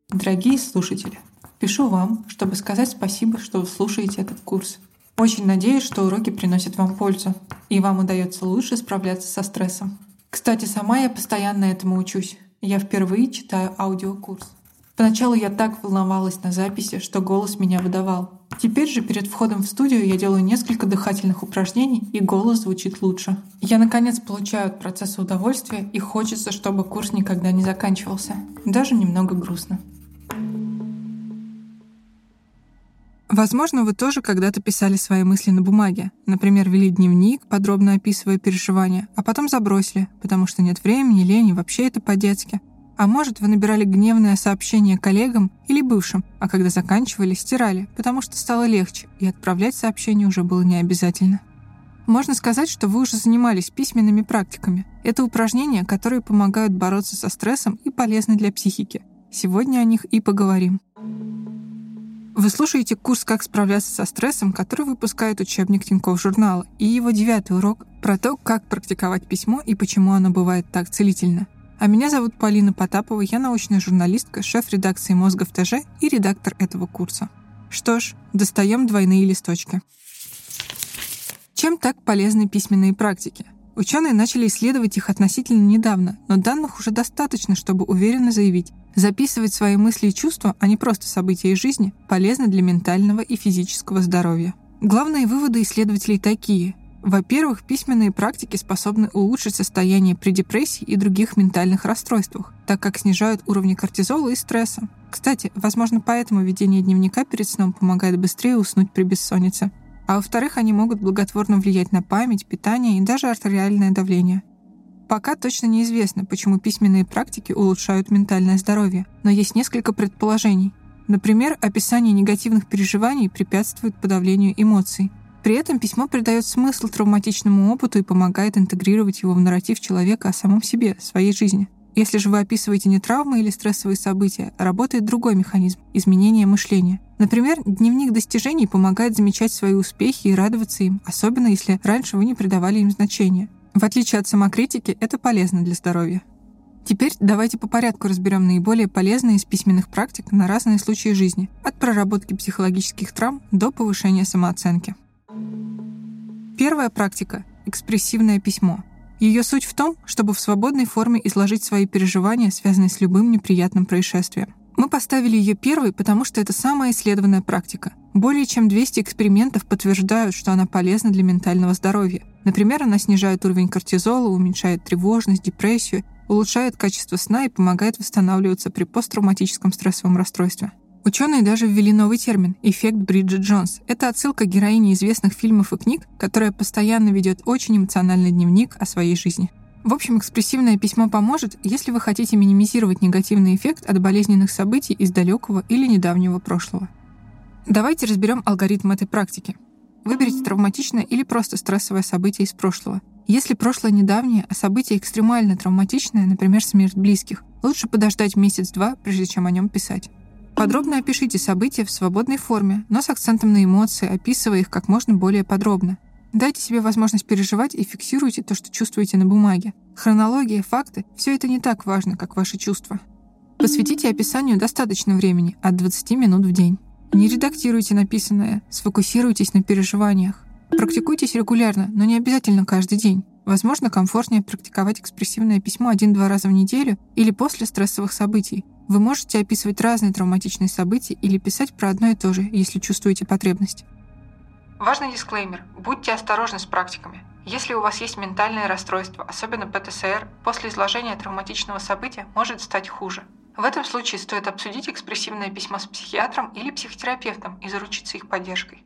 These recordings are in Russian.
Дорогие слушатели, пишу вам, чтобы сказать спасибо, что вы слушаете этот курс. Очень надеюсь, что уроки приносят вам пользу, и вам удается лучше справляться со стрессом. Кстати, сама я постоянно этому учусь. Я впервые читаю аудиокурс. Поначалу я так волновалась на записи, что голос меня выдавал. Теперь же перед входом в студию я делаю несколько дыхательных упражнений, и голос звучит лучше. Я наконец получаю от процесса удовольствие, и хочется, чтобы курс никогда не заканчивался. Даже немного грустно. Возможно, вы тоже когда-то писали свои мысли на бумаге. Например, вели дневник, подробно описывая переживания, а потом забросили, потому что нет времени, лень и вообще это по-детски. А может, вы набирали гневное сообщение коллегам или бывшим, а когда заканчивали, стирали, потому что стало легче, и отправлять сообщение уже было не обязательно. Можно сказать, что вы уже занимались письменными практиками. Это упражнения, которые помогают бороться со стрессом и полезны для психики. Сегодня о них и поговорим. Вы слушаете курс «Как справляться со стрессом», который выпускает учебник Тинькофф журнала, и его 9-й урок про то, как практиковать письмо и почему оно бывает так целительно. А меня зовут Полина Потапова, я научная журналистка, шеф редакции «Мозга в ТЖ» и редактор этого курса. Что ж, достаем двойные листочки. Чем так полезны письменные практики? Ученые начали исследовать их относительно недавно, но данных уже достаточно, чтобы уверенно заявить: записывать свои мысли и чувства, а не просто события из жизни, полезно для ментального и физического здоровья. Главные выводы исследователей такие. Во-первых, письменные практики способны улучшить состояние при депрессии и других ментальных расстройствах, так как снижают уровни кортизола и стресса. Кстати, возможно, поэтому ведение дневника перед сном помогает быстрее уснуть при бессоннице. А во-вторых, они могут благотворно влиять на память, питание и даже артериальное давление. Пока точно неизвестно, почему письменные практики улучшают ментальное здоровье, но есть несколько предположений. Например, описание негативных переживаний препятствует подавлению эмоций. При этом письмо придает смысл травматичному опыту и помогает интегрировать его в нарратив человека о самом себе, своей жизни. Если же вы описываете не травмы или стрессовые события, работает другой механизм — изменение мышления. Например, дневник достижений помогает замечать свои успехи и радоваться им, особенно если раньше вы не придавали им значения. В отличие от самокритики, это полезно для здоровья. Теперь давайте по порядку разберем наиболее полезные из письменных практик на разные случаи жизни, от проработки психологических травм до повышения самооценки. Первая практика — экспрессивное письмо. Ее суть в том, чтобы в свободной форме изложить свои переживания, связанные с любым неприятным происшествием. Мы поставили ее первой, потому что это самая исследованная практика. Более чем 200 экспериментов подтверждают, что она полезна для ментального здоровья. Например, она снижает уровень кортизола, уменьшает тревожность, депрессию, улучшает качество сна и помогает восстанавливаться при посттравматическом стрессовом расстройстве. Ученые даже ввели новый термин — эффект Бриджит Джонс. Это отсылка к героине известных фильмов и книг, которая постоянно ведет очень эмоциональный дневник о своей жизни. В общем, экспрессивное письмо поможет, если вы хотите минимизировать негативный эффект от болезненных событий из далекого или недавнего прошлого. Давайте разберем алгоритм этой практики. Выберите травматичное или просто стрессовое событие из прошлого. Если прошлое недавнее, а событие экстремально травматичное, например, смерть близких, лучше подождать месяц-два, прежде чем о нем писать. Подробно опишите события в свободной форме, но с акцентом на эмоции, описывая их как можно более подробно. Дайте себе возможность переживать и фиксируйте то, что чувствуете на бумаге. Хронология, факты — все это не так важно, как ваши чувства. Посвятите описанию достаточно времени, от 20 минут в день. Не редактируйте написанное, сфокусируйтесь на переживаниях. Практикуйтесь регулярно, но не обязательно каждый день. Возможно, комфортнее практиковать экспрессивное письмо 1-2 раза в неделю или после стрессовых событий. Вы можете описывать разные травматичные события или писать про одно и то же, если чувствуете потребность. Важный дисклеймер. Будьте осторожны с практиками. Если у вас есть ментальное расстройство, особенно ПТСР, после изложения травматичного события может стать хуже. В этом случае стоит обсудить экспрессивное письмо с психиатром или психотерапевтом и заручиться их поддержкой.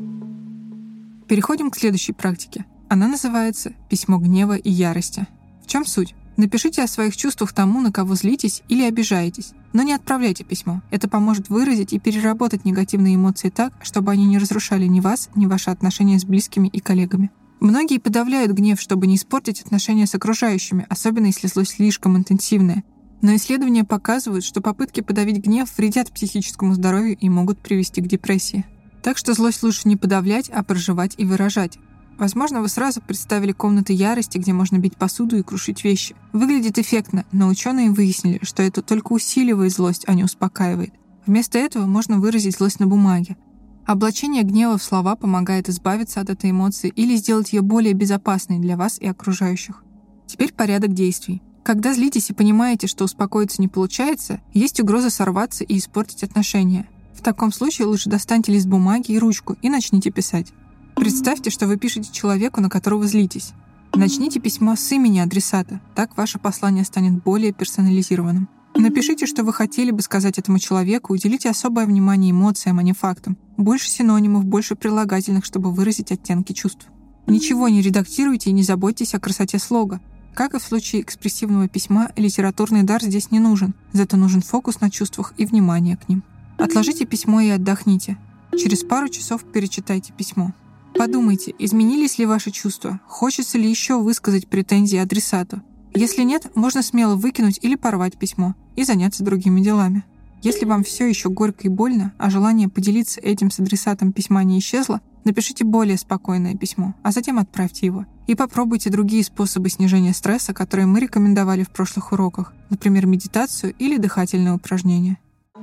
Переходим к следующей практике. Она называется «Письмо гнева и ярости». В чем суть? Напишите о своих чувствах тому, на кого злитесь или обижаетесь, но не отправляйте письмо. Это поможет выразить и переработать негативные эмоции так, чтобы они не разрушали ни вас, ни ваши отношения с близкими и коллегами. Многие подавляют гнев, чтобы не испортить отношения с окружающими, особенно если злость слишком интенсивная. Но исследования показывают, что попытки подавить гнев вредят психическому здоровью и могут привести к депрессии. Так что злость лучше не подавлять, а проживать и выражать. Возможно, вы сразу представили комнаты ярости, где можно бить посуду и крушить вещи. Выглядит эффектно, но ученые выяснили, что это только усиливает злость, а не успокаивает. Вместо этого можно выразить злость на бумаге. Облачение гнева в слова помогает избавиться от этой эмоции или сделать ее более безопасной для вас и окружающих. Теперь порядок действий. Когда злитесь и понимаете, что успокоиться не получается, есть угроза сорваться и испортить отношения. В таком случае лучше достаньте лист бумаги и ручку и начните писать. Представьте, что вы пишете человеку, на которого злитесь. Начните письмо с имени адресата, так ваше послание станет более персонализированным. Напишите, что вы хотели бы сказать этому человеку, уделите особое внимание эмоциям, а не фактам. Больше синонимов, больше прилагательных, чтобы выразить оттенки чувств. Ничего не редактируйте и не заботьтесь о красоте слога. Как и в случае экспрессивного письма, литературный дар здесь не нужен, зато нужен фокус на чувствах и внимание к ним. Отложите письмо и отдохните. Через пару часов перечитайте письмо. Подумайте, изменились ли ваши чувства, хочется ли еще высказать претензии адресату. Если нет, можно смело выкинуть или порвать письмо и заняться другими делами. Если вам все еще горько и больно, а желание поделиться этим с адресатом письма не исчезло, напишите более спокойное письмо, а затем отправьте его. И попробуйте другие способы снижения стресса, которые мы рекомендовали в прошлых уроках, например, медитацию или дыхательные упражнения.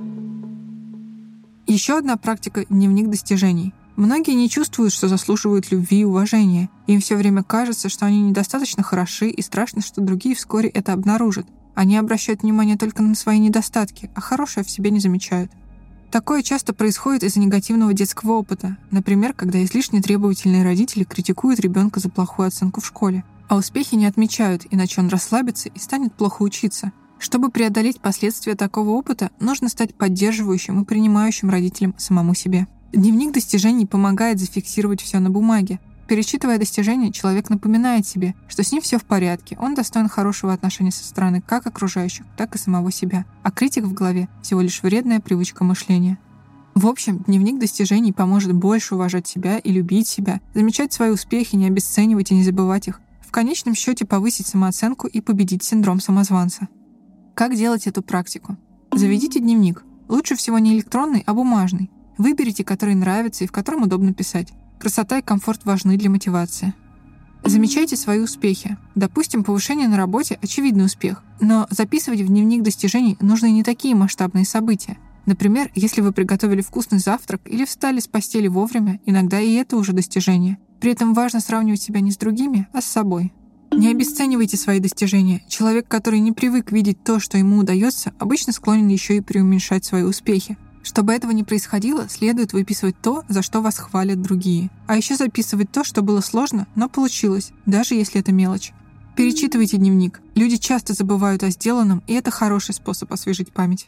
Еще одна практика — дневник достижений. Многие не чувствуют, что заслуживают любви и уважения. Им все время кажется, что они недостаточно хороши, и страшно, что другие вскоре это обнаружат. Они обращают внимание только на свои недостатки, а хорошее в себе не замечают. Такое часто происходит из-за негативного детского опыта. Например, когда излишне требовательные родители критикуют ребенка за плохую оценку в школе, а успехи не отмечают, иначе он расслабится и станет плохо учиться. Чтобы преодолеть последствия такого опыта, нужно стать поддерживающим и принимающим родителем самому себе. Дневник достижений помогает зафиксировать все на бумаге. Перечитывая достижения, человек напоминает себе, что с ним все в порядке, он достоин хорошего отношения со стороны как окружающих, так и самого себя, а критик в голове — всего лишь вредная привычка мышления. В общем, дневник достижений поможет больше уважать себя и любить себя, замечать свои успехи, не обесценивать и не забывать их, в конечном счете повысить самооценку и победить синдром самозванца. Как делать эту практику? Заведите дневник. Лучше всего не электронный, а бумажный. Выберите, который нравится и в котором удобно писать. Красота и комфорт важны для мотивации. Замечайте свои успехи. Допустим, повышение на работе — очевидный успех, но записывать в дневник достижений нужны не такие масштабные события. Например, если вы приготовили вкусный завтрак или встали с постели вовремя, иногда и это уже достижение. При этом важно сравнивать себя не с другими, а с собой. Не обесценивайте свои достижения. Человек, который не привык видеть то, что ему удается, обычно склонен еще и преуменьшать свои успехи. Чтобы этого не происходило, следует выписывать то, за что вас хвалят другие. А еще записывать то, что было сложно, но получилось, даже если это мелочь. Перечитывайте дневник. Люди часто забывают о сделанном, и это хороший способ освежить память.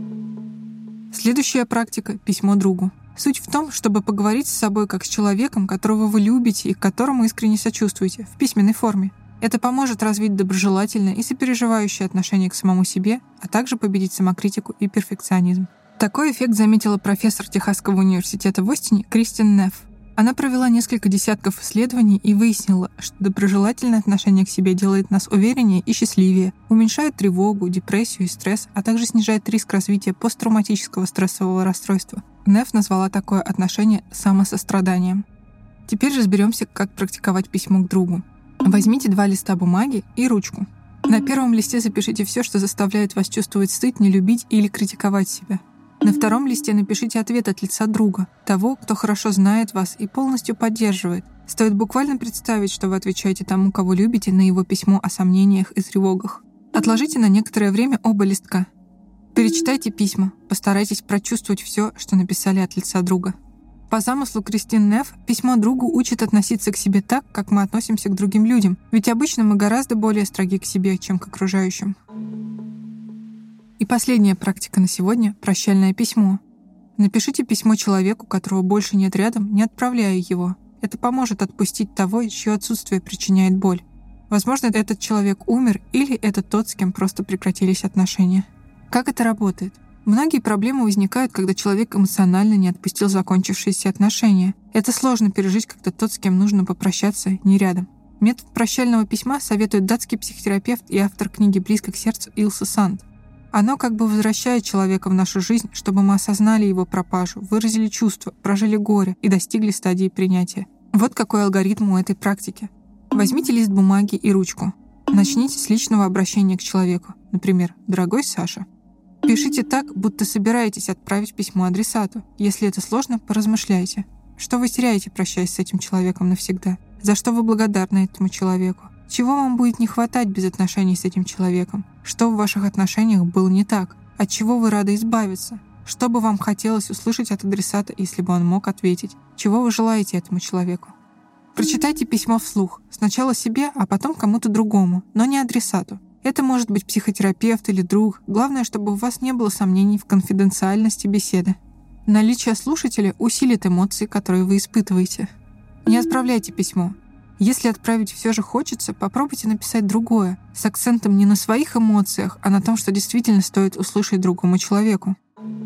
Следующая практика — письмо другу. Суть в том, чтобы поговорить с собой как с человеком, которого вы любите и к которому искренне сочувствуете, в письменной форме. Это поможет развить доброжелательное и сопереживающее отношение к самому себе, а также победить самокритику и перфекционизм. Такой эффект заметила профессор Техасского университета в Остине Кристин Нефф. Она провела несколько десятков исследований и выяснила, что доброжелательное отношение к себе делает нас увереннее и счастливее, уменьшает тревогу, депрессию и стресс, а также снижает риск развития посттравматического стрессового расстройства. Нефф назвала такое отношение самосостраданием. Теперь разберемся, как практиковать письмо к другу. Возьмите 2 листа бумаги и ручку. На первом листе запишите все, что заставляет вас чувствовать стыд, не любить или критиковать себя. На втором листе напишите ответ от лица друга, того, кто хорошо знает вас и полностью поддерживает. Стоит буквально представить, что вы отвечаете тому, кого любите, на его письмо о сомнениях и тревогах. Отложите на некоторое время оба листка. Перечитайте письма, постарайтесь прочувствовать все, что написали от лица друга. По замыслу Кристин Нефф, письмо другу учит относиться к себе так, как мы относимся к другим людям, ведь обычно мы гораздо более строги к себе, чем к окружающим. И последняя практика на сегодня — прощальное письмо. Напишите письмо человеку, которого больше нет рядом, не отправляя его. Это поможет отпустить того, чье отсутствие причиняет боль. Возможно, этот человек умер, или это тот, с кем просто прекратились отношения. Как это работает? Многие проблемы возникают, когда человек эмоционально не отпустил закончившиеся отношения. Это сложно пережить, когда тот, с кем нужно попрощаться, не рядом. Метод прощального письма советует датский психотерапевт и автор книги «Близко к сердцу» Илса Санд. Оно как бы возвращает человека в нашу жизнь, чтобы мы осознали его пропажу, выразили чувства, прожили горе и достигли стадии принятия. Вот какой алгоритм у этой практики. Возьмите лист бумаги и ручку. Начните с личного обращения к человеку. Например, «Дорогой Саша». Пишите так, будто собираетесь отправить письмо адресату. Если это сложно, поразмышляйте. Что вы теряете, прощаясь с этим человеком навсегда? За что вы благодарны этому человеку? Чего вам будет не хватать без отношений с этим человеком? Что в ваших отношениях было не так? От чего вы рады избавиться? Что бы вам хотелось услышать от адресата, если бы он мог ответить? Чего вы желаете этому человеку? Прочитайте письмо вслух. Сначала себе, а потом кому-то другому, но не адресату. Это может быть психотерапевт или друг. Главное, чтобы у вас не было сомнений в конфиденциальности беседы. Наличие слушателя усилит эмоции, которые вы испытываете. Не отправляйте письмо. Если отправить все же хочется, попробуйте написать другое, с акцентом не на своих эмоциях, а на том, что действительно стоит услышать другому человеку.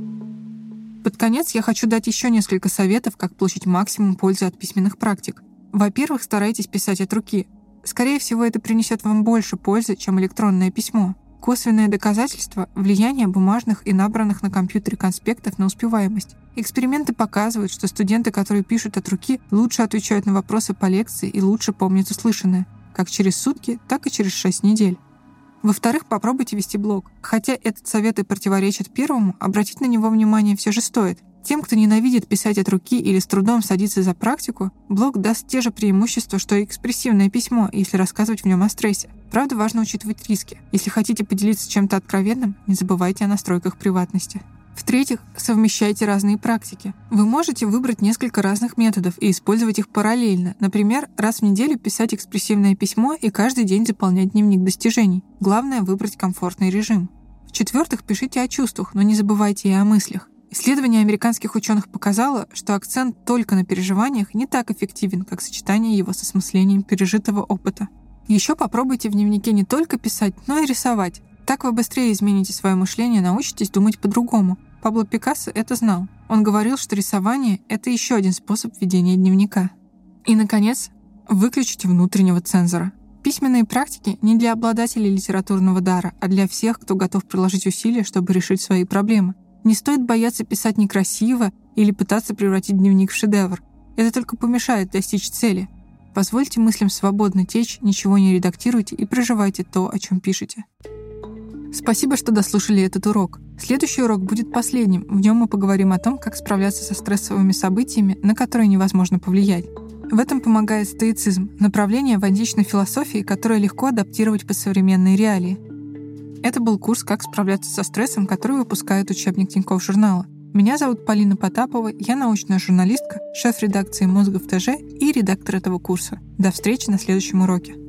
Под конец я хочу дать еще несколько советов, как получить максимум пользы от письменных практик. Во-первых, старайтесь писать от руки. Скорее всего, это принесет вам больше пользы, чем электронное письмо. Косвенное доказательство — влияние бумажных и набранных на компьютере конспектов на успеваемость. Эксперименты показывают, что студенты, которые пишут от руки, лучше отвечают на вопросы по лекции и лучше помнят услышанное, как через сутки, так и через 6 недель. Во-вторых, попробуйте вести блог. Хотя этот совет и противоречит первому, обратить на него внимание все же стоит. Тем, кто ненавидит писать от руки или с трудом садится за практику, блог даст те же преимущества, что и экспрессивное письмо, если рассказывать в нем о стрессе. Правда, важно учитывать риски. Если хотите поделиться чем-то откровенным, не забывайте о настройках приватности. В-третьих, совмещайте разные практики. Вы можете выбрать несколько разных методов и использовать их параллельно. Например, раз в неделю писать экспрессивное письмо и каждый день заполнять дневник достижений. Главное — выбрать комфортный режим. В-четвертых, пишите о чувствах, но не забывайте и о мыслях. Исследование американских ученых показало, что акцент только на переживаниях не так эффективен, как сочетание его с осмыслением пережитого опыта. Еще попробуйте в дневнике не только писать, но и рисовать. Так вы быстрее измените свое мышление, научитесь думать по-другому. Пабло Пикассо это знал. Он говорил, что рисование — это еще один способ ведения дневника. И, наконец, выключите внутреннего цензора. Письменные практики не для обладателей литературного дара, а для всех, кто готов приложить усилия, чтобы решить свои проблемы. Не стоит бояться писать некрасиво или пытаться превратить дневник в шедевр. Это только помешает достичь цели. Позвольте мыслям свободно течь, ничего не редактируйте и проживайте то, о чем пишете. Спасибо, что дослушали этот урок. Следующий урок будет последним. В нем мы поговорим о том, как справляться со стрессовыми событиями, на которые невозможно повлиять. В этом помогает стоицизм, направление в античной философии, которое легко адаптировать под современные реалии. Это был курс «Как справляться со стрессом», который выпускает учебник Тинькофф журнала. Меня зовут Полина Потапова, я научная журналистка, шеф редакции «Мозга в ТЖ» и редактор этого курса. До встречи на следующем уроке.